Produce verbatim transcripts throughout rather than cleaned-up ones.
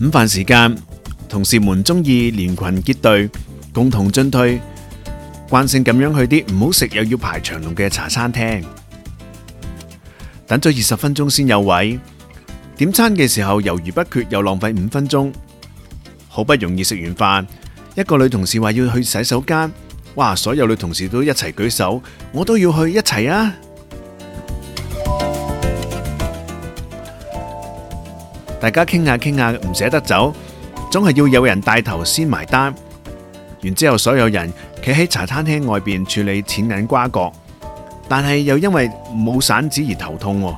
午飯時間，同事們中意連群結隊，共同進退，慣性咁樣去啲唔好食又要排長龍嘅茶餐廳。等咗二十分鐘先有位，點餐嘅時候猶豫不決，又浪費五分鐘。好不容易食完飯，一個女同事話要去洗手間，哇！所有女同事都一齊舉手，我都要去，一齊啊！大家傾下傾下，唔捨得走，總係要有人帶頭先埋單。然之後，所有人企喺茶餐廳外邊處理錢銀瓜葛，但係又因為冇散紙而頭痛。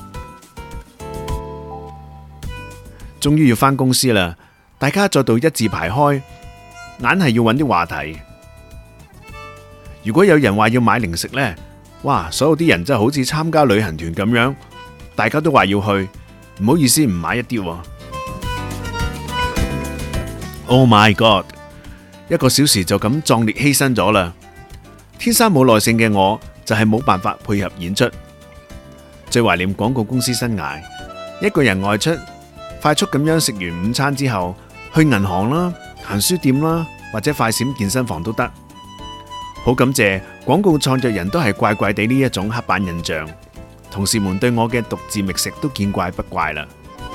終於要返公司啦，大家再度一字排開，硬係要揾啲話題。如果有人話要買零食呢，哇！所有啲人真係好似參加旅行團咁樣，大家都話要去，唔好意思唔買一啲。Oh my god！ 一個小時就咁壯烈犧牲咗啦。天生冇耐性嘅我，就係冇辦法配合演出。最懷念廣告公司生涯，一個人外出，快速咁樣食完午餐之後，去銀行啦、行書店啦，或者快閃健身房都得。好感謝廣告創作人都係怪怪地呢一種刻板印象，同事們對我嘅獨自覓食都見怪不怪啦。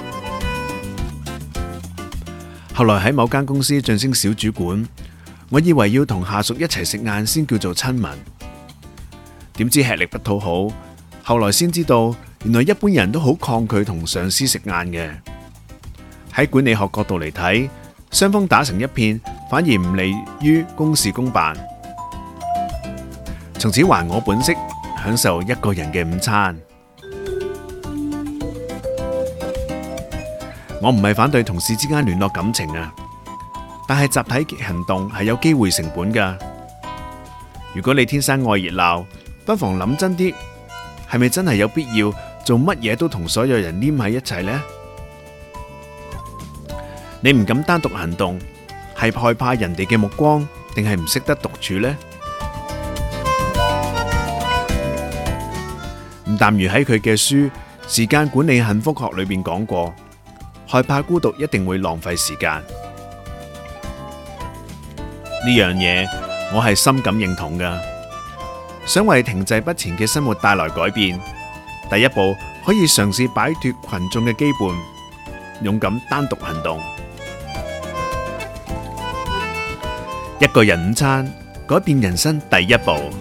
後來喺某間公司晉升小主管，我以為要同下屬一齊食晏先叫做親民，點知吃力不討好。後來先知道，原來一般人都好抗拒同上司食晏嘅。喺管理學角度嚟睇，雙方打成一片，反而唔利於公事公辦。從此還我本色，享受一個人嘅午餐。我唔係反對同事之間聯絡感情啊，但係集體行動係有機會成本㗎。如果你天生愛熱鬧，不妨諗真啲，係咪真係有必要做乜嘢都同所有人黏喺一齊呢？你唔敢單獨行動，係害怕人哋嘅目光，定係唔識得獨處呢？吳淡如喺佢嘅書《時間管理幸福學》裏邊講過，害怕孤獨一定會浪費時間。呢樣嘢我係深感認同㗎。想為停滯不前嘅生活帶來改變，第一步可以嘗試擺脫群眾嘅羈絆，勇敢單獨行動。一個人午餐，改變人生第一步。